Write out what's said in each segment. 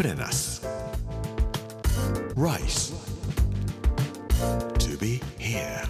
Put in us rice to be here.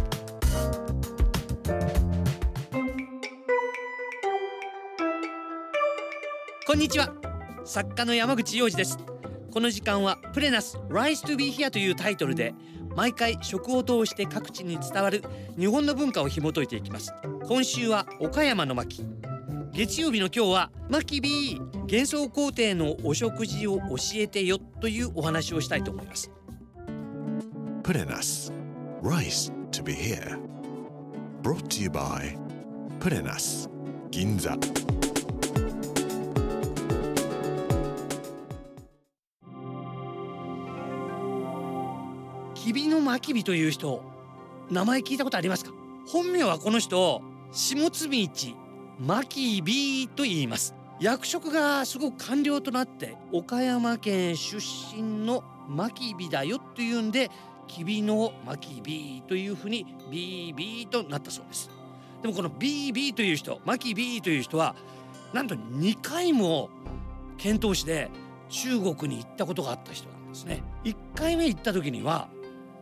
こんにちは、作家の山口洋二です。この時間はプレナス Rise to be here というタイトルで毎回食を通して各地に伝わる日本の文化を紐解いていきます。今週は岡山の巻、月曜日の今日はマキビー幻想皇帝のお食事を教えてよというお話をしたいと思います。 Put in us rice to be here. Brought to you by Put in us 銀座。 きびのまきびという人、名前聞いたことありますか？本名はこの人下津道まきびと言います。役職がすごく官僚となって岡山県出身のまきびだよというんで、きびのまきびというふうにビービーとなったそうです。でもこのビービーという人、まきびという人はなんと2回も遣唐使で中国に行ったことがあった人なんですね。1回目行った時には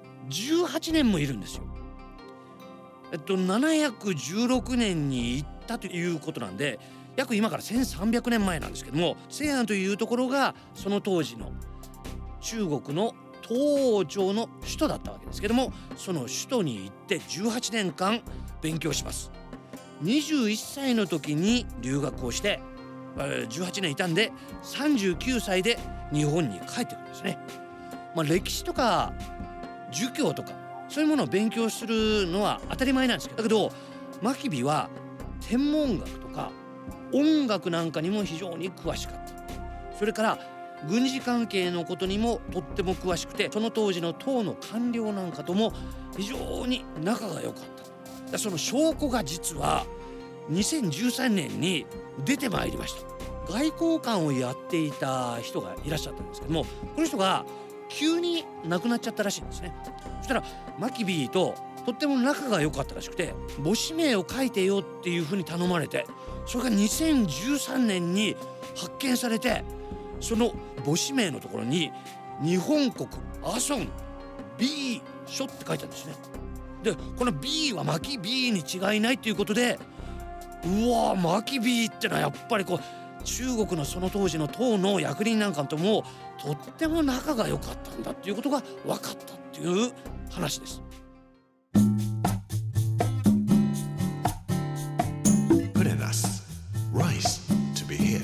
18年もいるんですよ。716年に行ったということなんで、約今から1300年前なんですけども、西安というところがその当時の中国の東王朝の首都だったわけですけども、その首都に行って18年間勉強します。21歳の時に留学をして18年いたんで39歳で日本に帰ってくるんですね。歴史とか儒教とかそういうものを勉強するのは当たり前なんですけど、だけどマキビは天文学とか音楽なんかにも非常に詳しかった。それから軍事関係のことにもとっても詳しくて、その当時の唐の官僚なんかとも非常に仲が良かった。その証拠が実は2013年に出てまいりました。外交官をやっていた人がいらっしゃったんですけども、この人が急に亡くなっちゃったらしいんですね。そしたらマキビーととっても仲が良かったらしくて、母子名を書いてよっていうふうに頼まれて、それが2013年に発見されて、その母子名のところに日本国阿孫 B 書って書いてあるんですね。でこの B はマキビーに違いないということで、うわマキビーってのはやっぱり中国のその当時の唐の役人なんかともとっても仲が良かったんだっていうことが分かったっていう話です。 Put in us rice to be here.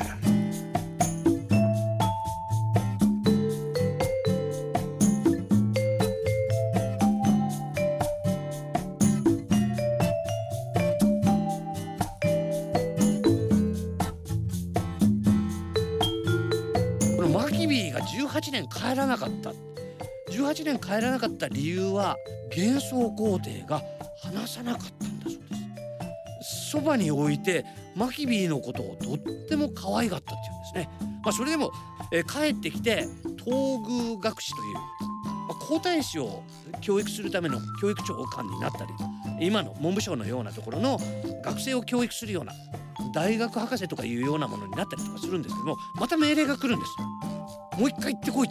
マキビーが18年帰らなかった理由は幻想皇帝が話さなかったんだそうです。そばに置いてマキビーのことをとっても可愛がったっていうんですね。それでも、帰ってきて東宮学士という、皇太子を教育するための教育長官になったり、今の文部省のようなところの学生を教育するような大学博士とかいうようなものになったりとかするんですけども、また命令が来るんです。もう一回行ってこいって。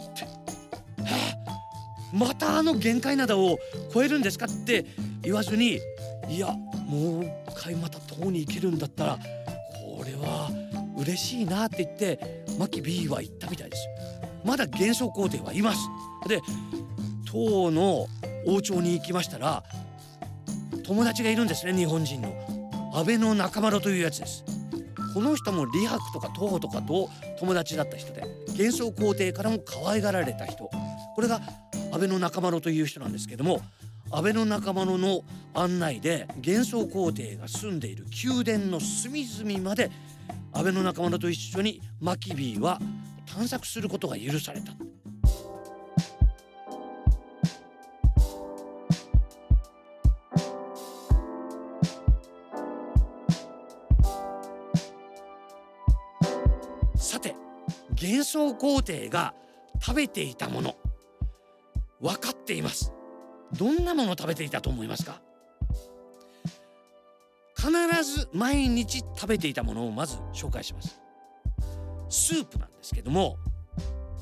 また限界灘を超えるんですかって言わずに、いやもう一回また唐に行けるんだったらこれは嬉しいなって言ってマキビーは行ったみたいです。まだ幻想皇帝はいます。で唐の王朝に行きましたら友達がいるんですね、日本人の安倍の中丸というやつです。この人も李白とか唐とかと友達だった人で、幻想皇帝からも可愛がられた人、これが安倍の中丸という人なんですけども、安倍の中丸の案内で幻想皇帝が住んでいる宮殿の隅々まで安倍の中丸と一緒にマキビーは探索することが許された。さて幻想皇帝が食べていたもの分かっています。どんなものを食べていたと思いますか？必ず毎日食べていたものをまず紹介します。スープなんですけども、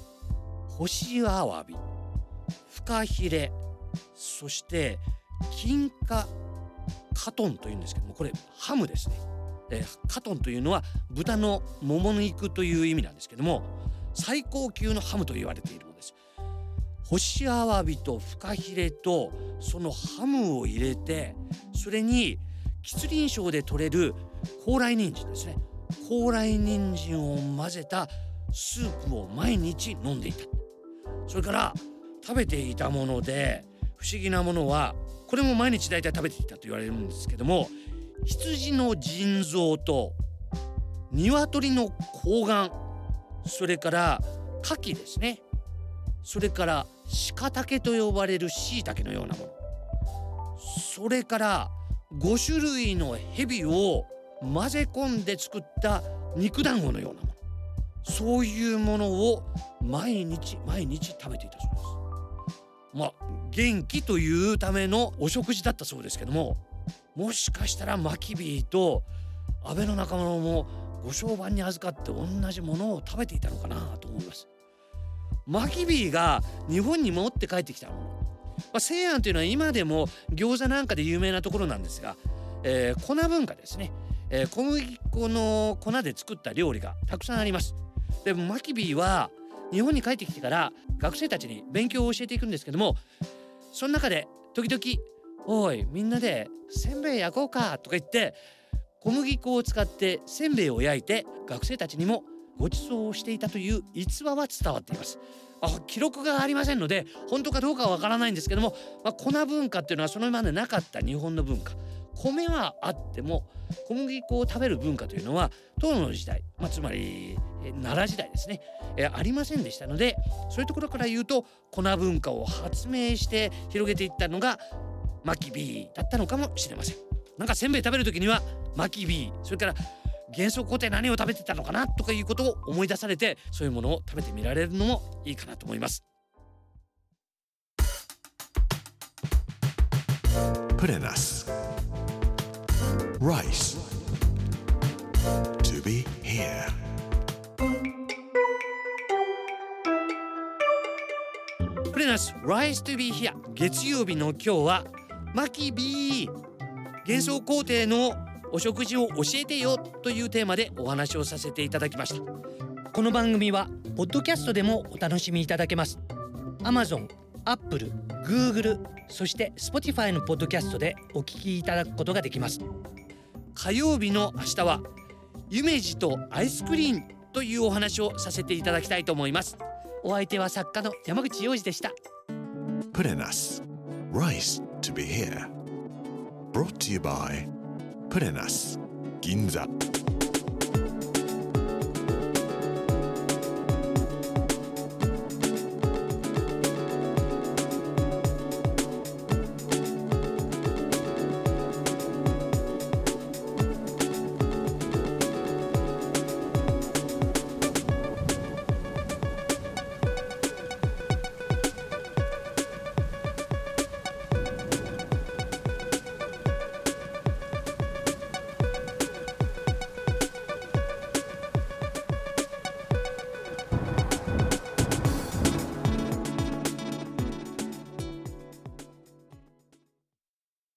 干しアワビ、フカヒレ、そして金華カトンというんですけども、これハムですね。カトンというのは豚のもも肉という意味なんですけども、最高級のハムと言われているものです。干しアワビとフカヒレとそのハムを入れて、それに吉林省で採れる高麗人参ですね、高麗人参を混ぜたスープを毎日飲んでいた。それから食べていたもので不思議なものは、これも毎日大体食べていたと言われるんですけども、羊の腎臓と鶏の睾丸、それから牡蠣ですね、それから鹿茸と呼ばれる椎茸のようなもの、それから5種類のヘビを混ぜ込んで作った肉団子のようなもの、そういうものを毎日食べていたそうです。元気というためのお食事だったそうですけども、もしかしたらマキビーと安倍の仲間もご商売に預かって同じものを食べていたのかなと思います。マキビーが日本に持って帰ってきたもの、西安というのは今でも餃子なんかで有名なところなんですが、粉文化ですね、小麦粉の粉で作った料理がたくさんあります。でマキビーは日本に帰ってきてから学生たちに勉強を教えていくんですけども、その中で時々おいみんなでせんべい焼こうかとか言って小麦粉を使ってせんべいを焼いて学生たちにもご馳走をしていたという逸話は伝わっています。記録がありませんので本当かどうかはわからないんですけども、粉文化っていうのはその今までなかった日本の文化、米はあっても小麦粉を食べる文化というのは唐の時代、つまり奈良時代ですね、ありませんでしたので、そういうところから言うと粉文化を発明して広げていったのがマキビーだったのかもしれません。なんかせんべい食べる時にはマキビー、それから元素皇帝何を食べてたのかなとかいうことを思い出されて、そういうものを食べてみられるのもいいかなと思います。 プレナス Rice to be here。 プレナス Rice to be here、 月曜日の今日はマキビー、元素皇帝のお食事を教えてよというテーマでお話をさせていただきました。この番組はポッドキャストでもお楽しみいただけます。 Amazon、Apple、Google、そして Spotify のポッドキャストでお聞きいただくことができます。火曜日の明日は夢二とアイスクリーンというお話をさせていただきたいと思います。お相手は作家の山口洋二でした。 プレナス Rice to be here Brought to you by プレナス銀座。